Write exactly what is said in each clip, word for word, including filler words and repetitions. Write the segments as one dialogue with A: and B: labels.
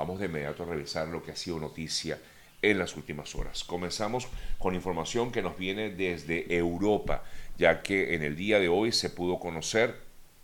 A: Vamos de inmediato a revisar lo que ha sido noticia en las últimas horas. Comenzamos con información que nos viene desde Europa, ya que en el día de hoy se pudo conocer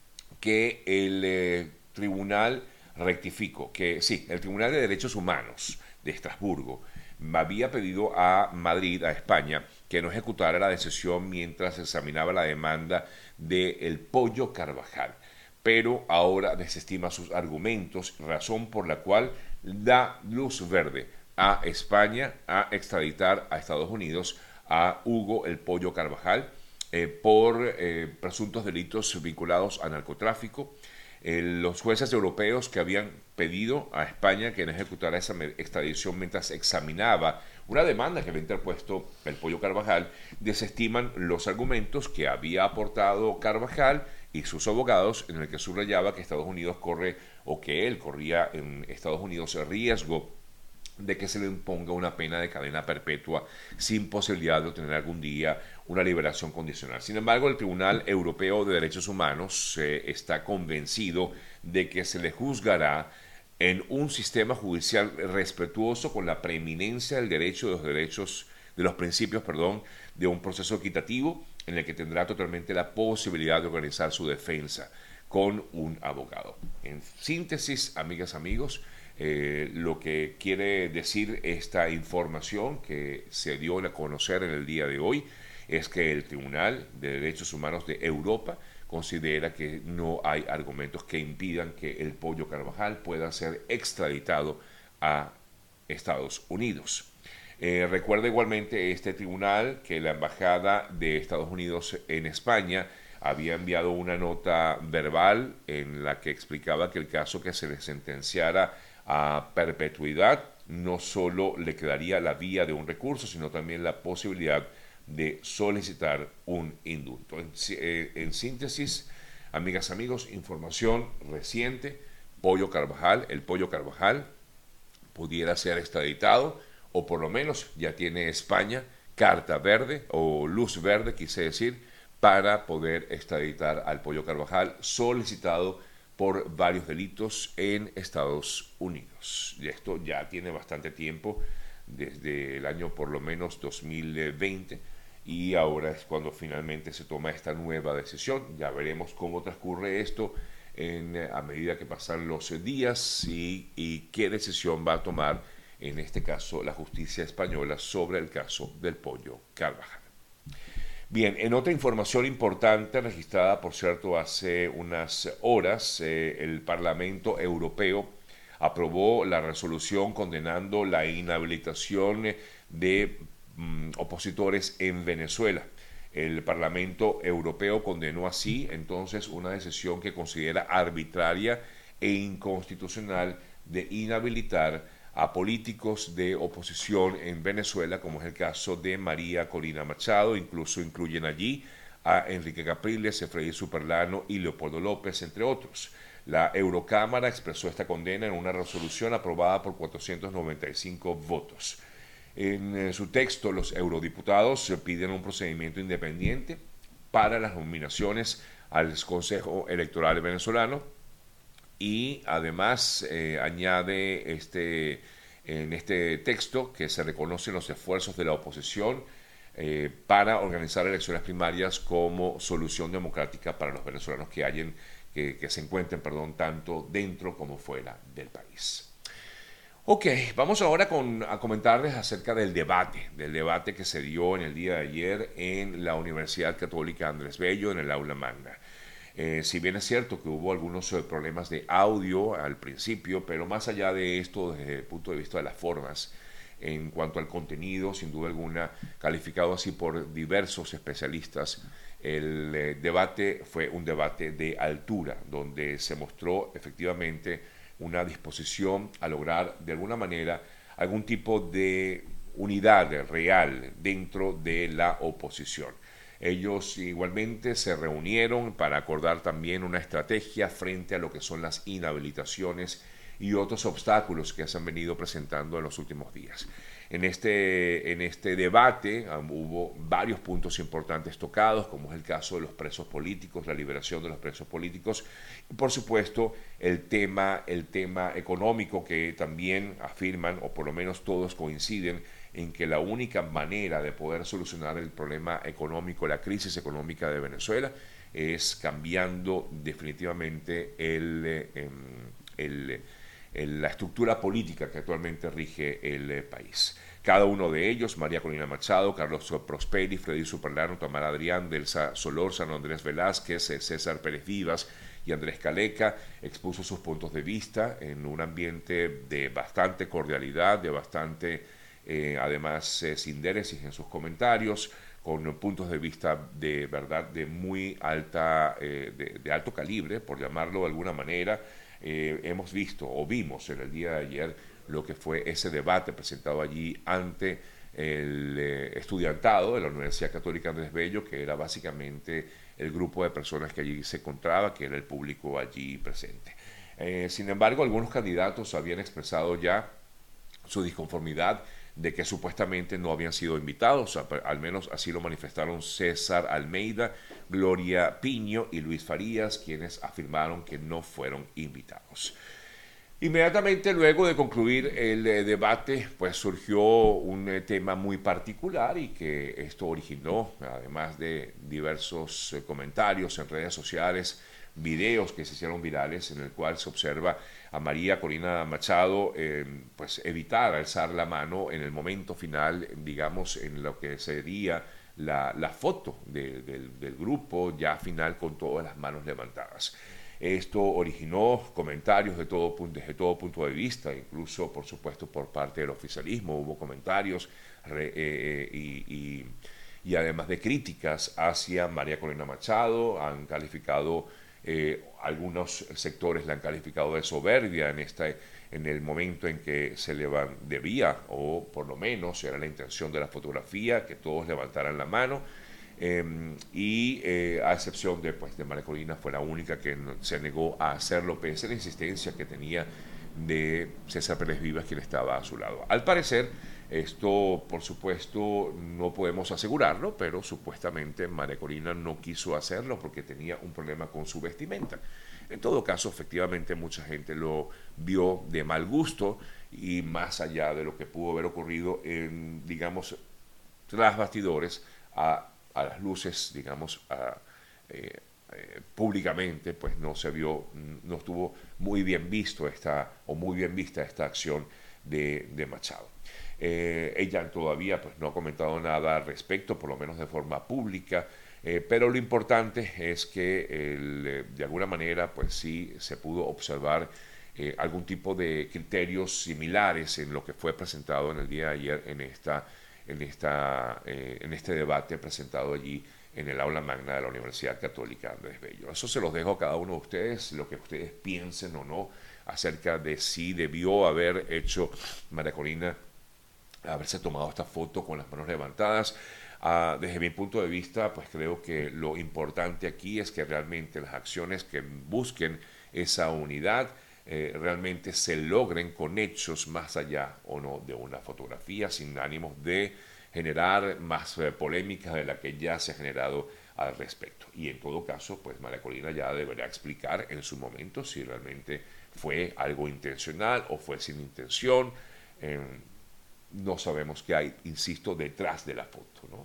A: que el eh, tribunal, rectificó, que sí, el Tribunal de Derechos Humanos de Estrasburgo había pedido a Madrid, a España, que no ejecutara la decisión mientras se examinaba la demanda del El Pollo Carvajal, pero ahora desestima sus argumentos, razón por la cual da luz verde a España a extraditar a Estados Unidos a Hugo El Pollo Carvajal eh, por eh, presuntos delitos vinculados a narcotráfico. Eh, los jueces europeos que habían pedido a España que no ejecutara esa extradición mientras examinaba una demanda que había interpuesto el Pollo Carvajal, desestiman los argumentos que había aportado Carvajal y sus abogados, en el que subrayaba que Estados Unidos corre, o que él corría en Estados Unidos el riesgo de que se le imponga una pena de cadena perpetua sin posibilidad de obtener algún día una liberación condicional. Sin embargo, el Tribunal Europeo de Derechos Humanos eh, está convencido de que se le juzgará en un sistema judicial respetuoso con la preeminencia del derecho de los derechos, de los principios, perdón, de un proceso equitativo en el que tendrá totalmente la posibilidad de organizar su defensa con un abogado. En síntesis, amigas, amigos, Eh, lo que quiere decir esta información que se dio a conocer en el día de hoy es que el Tribunal de Derechos Humanos de Europa considera que no hay argumentos que impidan que el Pollo Carvajal pueda ser extraditado a Estados Unidos. Eh, recuerda igualmente este tribunal que la Embajada de Estados Unidos en España había enviado una nota verbal en la que explicaba que el caso que se le sentenciara a perpetuidad no solo le quedaría la vía de un recurso, sino también la posibilidad de solicitar un indulto. En, eh, en síntesis, amigas, amigos, información reciente: Pollo Carvajal, el Pollo Carvajal pudiera ser extraditado, o por lo menos ya tiene España carta verde o luz verde, quise decir, para poder extraditar al Pollo Carvajal, solicitado por varios delitos en Estados Unidos. Y esto ya tiene bastante tiempo, desde el año por lo menos dos mil veinte, y ahora es cuando finalmente se toma esta nueva decisión. Ya veremos cómo transcurre esto en, a medida que pasan los días y, y qué decisión va a tomar, en este caso, la justicia española sobre el caso del Pollo Carvajal. Bien, en otra información importante registrada, por cierto, hace unas horas, eh, el Parlamento Europeo aprobó la resolución condenando la inhabilitación de mm, opositores en Venezuela. El Parlamento Europeo condenó así entonces una decisión que considera arbitraria e inconstitucional de inhabilitar a políticos de oposición en Venezuela, como es el caso de María Corina Machado. Incluso incluyen allí a Enrique Capriles, Efraín Superlano y Leopoldo López, entre otros. La Eurocámara expresó esta condena en una resolución aprobada por cuatrocientos noventa y cinco votos. En eh, su texto, los eurodiputados piden un procedimiento independiente para las nominaciones al Consejo Electoral venezolano, y además eh, añade este, en este texto que se reconocen los esfuerzos de la oposición eh, para organizar elecciones primarias como solución democrática para los venezolanos que, hayan, que, que se encuentren, perdón, tanto dentro como fuera del país. Ok, vamos ahora con, a comentarles acerca del debate, del debate que se dio en el día de ayer en la Universidad Católica Andrés Bello, en el aula magna. Eh, si bien es cierto que hubo algunos eh, problemas de audio al principio, pero más allá de esto, desde el punto de vista de las formas, en cuanto al contenido, sin duda alguna, calificado así por diversos especialistas, el eh, debate fue un debate de altura, donde se mostró efectivamente una disposición a lograr de alguna manera algún tipo de unidad real dentro de la oposición. Ellos igualmente se reunieron para acordar también una estrategia frente a lo que son las inhabilitaciones y otros obstáculos que se han venido presentando en los últimos días. En este, en este debate um, hubo varios puntos importantes tocados, como es el caso de los presos políticos, la liberación de los presos políticos, y por supuesto el tema, el tema económico, que también afirman, o por lo menos todos coinciden, en que la única manera de poder solucionar el problema económico, la crisis económica de Venezuela, es cambiando definitivamente el, eh, el, el, la estructura política que actualmente rige el eh, país. Cada uno de ellos, María Corina Machado, Carlos Prosperi, Freddy Superlano, Tamara Adrián, Delsa Solórzano, Andrés Velázquez, César Pérez Vivas y Andrés Caleca, expuso sus puntos de vista en un ambiente de bastante cordialidad, de bastante, eh, además, eh, sindéresis en sus comentarios, con puntos de vista de verdad de muy alta, eh, de, de alto calibre, por llamarlo de alguna manera. Eh, hemos visto o vimos en el día de ayer lo que fue ese debate presentado allí ante el eh, estudiantado de la Universidad Católica Andrés Bello, que era básicamente el grupo de personas que allí se encontraba, que era el público allí presente. Eh, sin embargo, algunos candidatos habían expresado ya su disconformidad de que supuestamente no habían sido invitados, al menos así lo manifestaron César Almeida, Gloria Piño y Luis Farías, quienes afirmaron que no fueron invitados. Inmediatamente luego de concluir el eh, debate, pues surgió un eh, tema muy particular, y que esto originó, además de diversos eh, comentarios en redes sociales, videos que se hicieron virales, en el cual se observa a María Corina Machado eh, pues evitar alzar la mano en el momento final, digamos, en lo que sería la, la foto de, de, del grupo ya final con todas las manos levantadas. Esto originó comentarios de todo, desde todo punto de vista, incluso, por supuesto, por parte del oficialismo. Hubo comentarios re, eh, y, y, y además de críticas hacia María Corina Machado. Han calificado, eh, algunos sectores la han calificado de soberbia en, esta, en el momento en que se le van, debía, o por lo menos era la intención de la fotografía, que todos levantaran la mano. Eh, y eh, a excepción de, pues, de María Corina, fue la única que no, se negó a hacerlo, pese a la insistencia que tenía de César Pérez Vivas, quien estaba a su lado. Al parecer, esto por supuesto no podemos asegurarlo, pero supuestamente María Corina no quiso hacerlo porque tenía un problema con su vestimenta. En todo caso, efectivamente, mucha gente lo vio de mal gusto, y más allá de lo que pudo haber ocurrido en, digamos, tras bastidores, a a las luces, digamos, a, eh, eh, públicamente, pues no se vio, no estuvo muy bien visto esta, o muy bien vista esta acción de, de Machado. Eh, ella todavía pues no ha comentado nada al respecto, por lo menos de forma pública, eh, pero lo importante es que el, de alguna manera pues sí se pudo observar eh, algún tipo de criterios similares en lo que fue presentado en el día de ayer en esta En, esta, eh, en este debate presentado allí en el aula magna de la Universidad Católica Andrés Bello. Eso se los dejo a cada uno de ustedes, lo que ustedes piensen o no acerca de si debió haber hecho María Corina, haberse tomado esta foto con las manos levantadas. Uh, desde mi punto de vista, pues creo que lo importante aquí es que realmente las acciones que busquen esa unidad Eh, realmente se logren con hechos, más allá o no de una fotografía, sin ánimos de generar más eh, polémicas de la que ya se ha generado al respecto. Y en todo caso, pues María Corina ya deberá explicar en su momento si realmente fue algo intencional o fue sin intención. Eh, no sabemos qué hay, insisto, detrás de la foto, ¿no?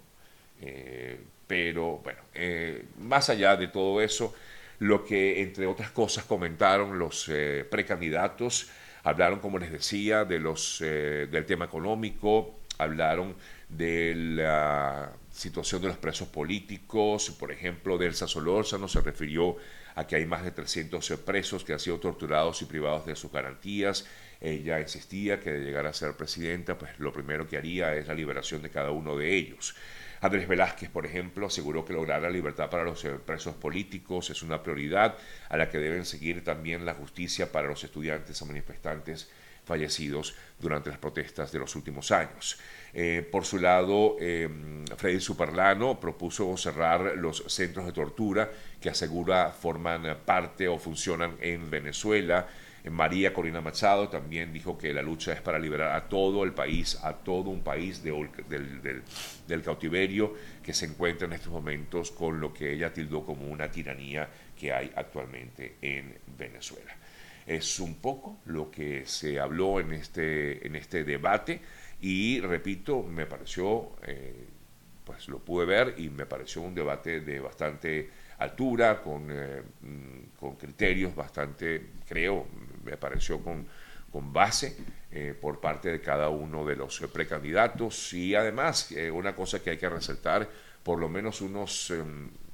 A: Eh, pero bueno, eh, más allá de todo eso, lo que, entre otras cosas, comentaron los eh, precandidatos, hablaron, como les decía, de los, eh, del tema económico, hablaron de la situación de los presos políticos. Por ejemplo, Delsa Solórzano se refirió a que hay más de trescientos presos que han sido torturados y privados de sus garantías. Ella insistía que de llegar a ser presidenta, pues lo primero que haría es la liberación de cada uno de ellos. Andrés Velázquez, por ejemplo, aseguró que lograr la libertad para los presos políticos es una prioridad a la que deben seguir también la justicia para los estudiantes y manifestantes fallecidos durante las protestas de los últimos años. Eh, por su lado, eh, Freddy Superlano propuso cerrar los centros de tortura que asegura forman parte o funcionan en Venezuela. María Corina Machado también dijo que la lucha es para liberar a todo el país, a todo un país de, del, del, del cautiverio que se encuentra en estos momentos con lo que ella tildó como una tiranía que hay actualmente en Venezuela. Es un poco lo que se habló en este, en este debate y, repito, me pareció, eh, pues lo pude ver y me pareció un debate de bastante altura, con, eh, con criterios bastante, creo, me pareció con, con base eh, por parte de cada uno de los precandidatos y además eh, una cosa que hay que resaltar, por lo menos unos, eh,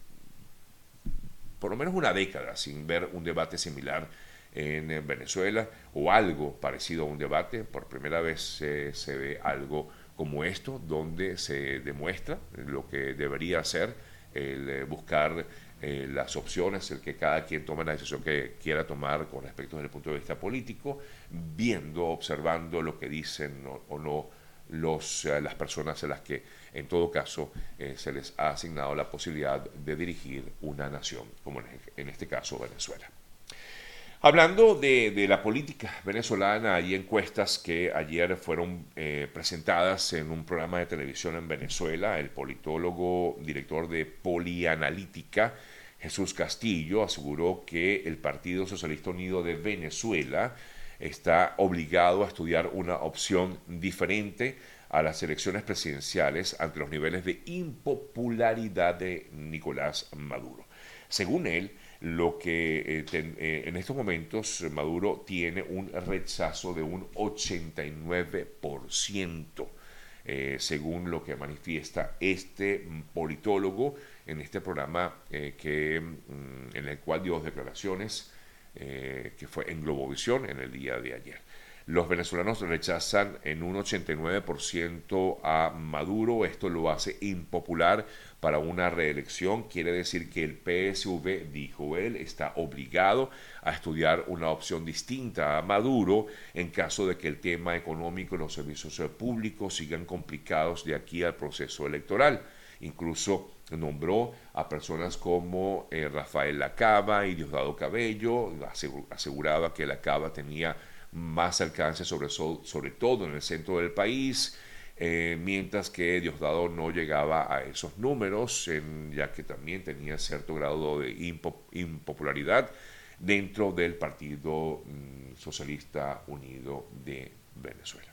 A: por lo menos una década sin ver un debate similar en, en Venezuela o algo parecido a un debate, por primera vez eh, se ve algo como esto, donde se demuestra lo que debería ser el eh, buscar eh, las opciones, el que cada quien tome la decisión que quiera tomar con respecto desde el punto de vista político, viendo, observando lo que dicen o, o no los, eh, las personas a las que en todo caso eh, se les ha asignado la posibilidad de dirigir una nación, como en, en este caso Venezuela. Hablando de, de, la política venezolana, hay encuestas que ayer fueron eh, presentadas en un programa de televisión en Venezuela. El politólogo, director de Polianalítica, Jesús Castillo, aseguró que el Partido Socialista Unido de Venezuela está obligado a estudiar una opción diferente a las elecciones presidenciales ante los niveles de impopularidad de Nicolás Maduro. Según él, lo que eh, ten, eh, en estos momentos Maduro tiene un rechazo de un ochenta y nueve por ciento, eh, según lo que manifiesta este politólogo en este programa eh, que, mm, en el cual dio declaraciones eh, que fue en Globovisión en el día de ayer. Los venezolanos rechazan en un ochenta y nueve por ciento a Maduro. Esto lo hace impopular para una reelección. Quiere decir que el P S V, dijo él, está obligado a estudiar una opción distinta a Maduro en caso de que el tema económico y los servicios públicos sigan complicados de aquí al proceso electoral. Incluso nombró a personas como eh, Rafael Lacaba y Diosdado Cabello. Aseguraba que Lacaba tenía más alcance sobre, sobre todo en el centro del país, eh, mientras que Diosdado no llegaba a esos números, en, ya que también tenía cierto grado de impo, impopularidad dentro del Partido mm, Socialista Unido de Venezuela.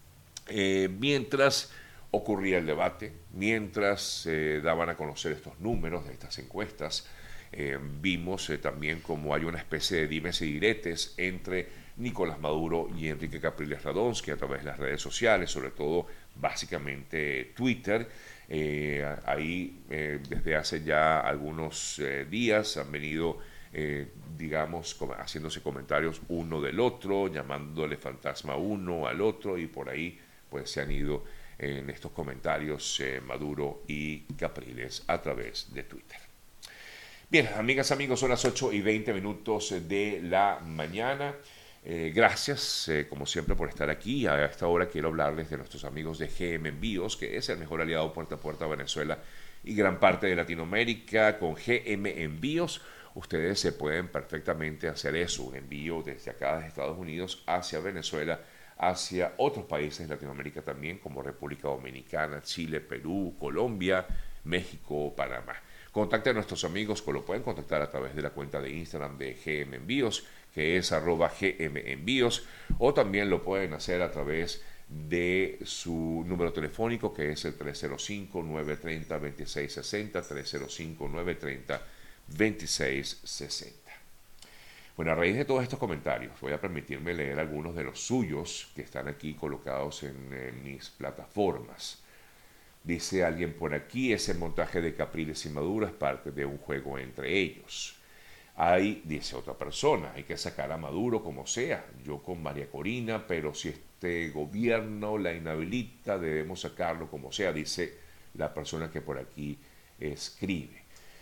A: Eh, mientras ocurría el debate, mientras se eh, daban a conocer estos números de estas encuestas, eh, vimos eh, también como hay una especie de dimes y diretes entre Nicolás Maduro y Enrique Capriles Radonsky a través de las redes sociales, sobre todo básicamente Twitter. Eh, ahí eh, desde hace ya algunos eh, días han venido, eh, digamos, haciéndose comentarios uno del otro, llamándole fantasma uno al otro y por ahí pues se han ido en estos comentarios eh, Maduro y Capriles a través de Twitter. Bien, amigas, amigos, son las ocho y veinte minutos de la mañana. Eh, gracias, eh, como siempre, por estar aquí. A esta hora quiero hablarles de nuestros amigos de G M Envíos, que es el mejor aliado puerta a puerta a Venezuela y gran parte de Latinoamérica. Con G M Envíos, ustedes se pueden perfectamente hacer eso, un envío desde acá de Estados Unidos hacia Venezuela, hacia otros países de Latinoamérica también, como República Dominicana, Chile, Perú, Colombia, México, Panamá. Contacten a nuestros amigos, que lo pueden contactar a través de la cuenta de Instagram de G M Envíos, que es arroba G M Envíos, o también lo pueden hacer a través de su número telefónico, que es el tres cero cinco, nueve tres cero, dos seis seis cero, tres cero cinco, nueve tres cero, dos seis seis cero. Bueno, a raíz de todos estos comentarios, voy a permitirme leer algunos de los suyos que están aquí colocados en, en mis plataformas. Dice alguien por aquí, ese montaje de Capriles y Maduro es parte de un juego entre ellos. Hay, dice otra persona, hay que sacar a Maduro como sea, yo con María Corina, pero si este gobierno la inhabilita, debemos sacarlo como sea, dice la persona que por aquí escribe.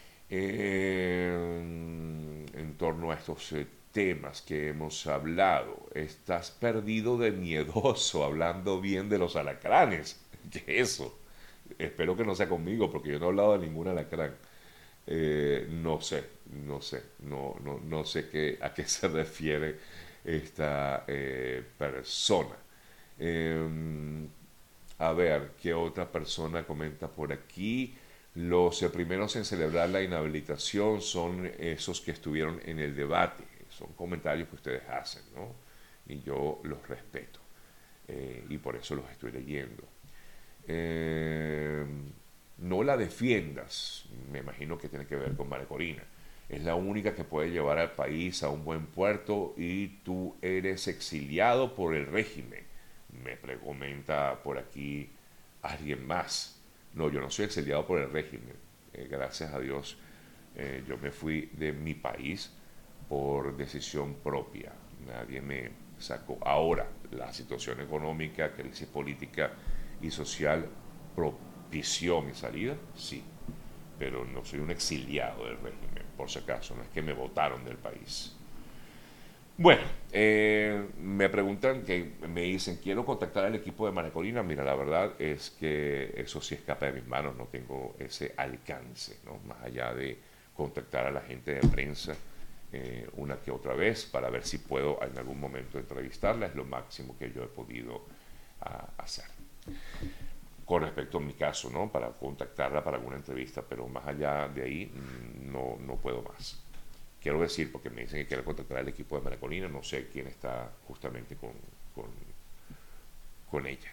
A: Eh, en torno a estos eh, temas que hemos hablado, estás perdido de miedoso hablando bien de los alacranes. ¿Qué es eso? Espero que no sea conmigo, porque yo no he hablado de ningún alacrán. Eh, no sé, no sé, no, no, no sé qué, a qué se refiere esta eh, persona. Eh, a ver, ¿qué otra persona comenta por aquí? Los eh, primeros en celebrar la inhabilitación son esos que estuvieron en el debate. Son comentarios que ustedes hacen, ¿no? Y yo los respeto. Eh, y por eso los estoy leyendo. Eh, no la defiendas, me imagino que tiene que ver con María Corina. Es la única que puede llevar al país a un buen puerto y tú eres exiliado por el régimen. Me comenta por aquí alguien más. No, yo no soy exiliado por el régimen. Eh, gracias a Dios, eh, yo me fui de mi país por decisión propia. Nadie me sacó. Ahora, la situación económica, crisis política y social propició mi salida, sí, pero no soy un exiliado del régimen, por si acaso, no es que me votaron del país. Bueno, eh, me preguntan, que me dicen, quiero contactar al equipo de María Corina. Mira, la verdad es que eso sí escapa de mis manos, no tengo ese alcance, ¿no? Más allá de contactar a la gente de prensa eh, una que otra vez para ver si puedo en algún momento entrevistarla, es lo máximo que yo he podido a, hacer. Con respecto a mi caso, ¿no? Para contactarla para alguna entrevista, pero más allá de ahí no, no puedo más. Quiero decir, porque me dicen que quiero contactar al equipo de María Corina, no sé quién está justamente con, con, con ella.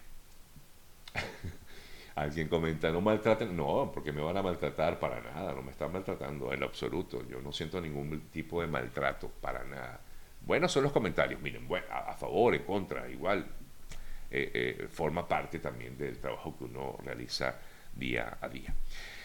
A: Alguien comenta, no maltraten, no, porque me van a maltratar para nada, no me están maltratando en lo absoluto, yo no siento ningún tipo de maltrato para nada. Buenos son los comentarios, miren, bueno, a, a favor, en contra, igual, eh, eh, forma parte también del trabajo que uno realiza día a día.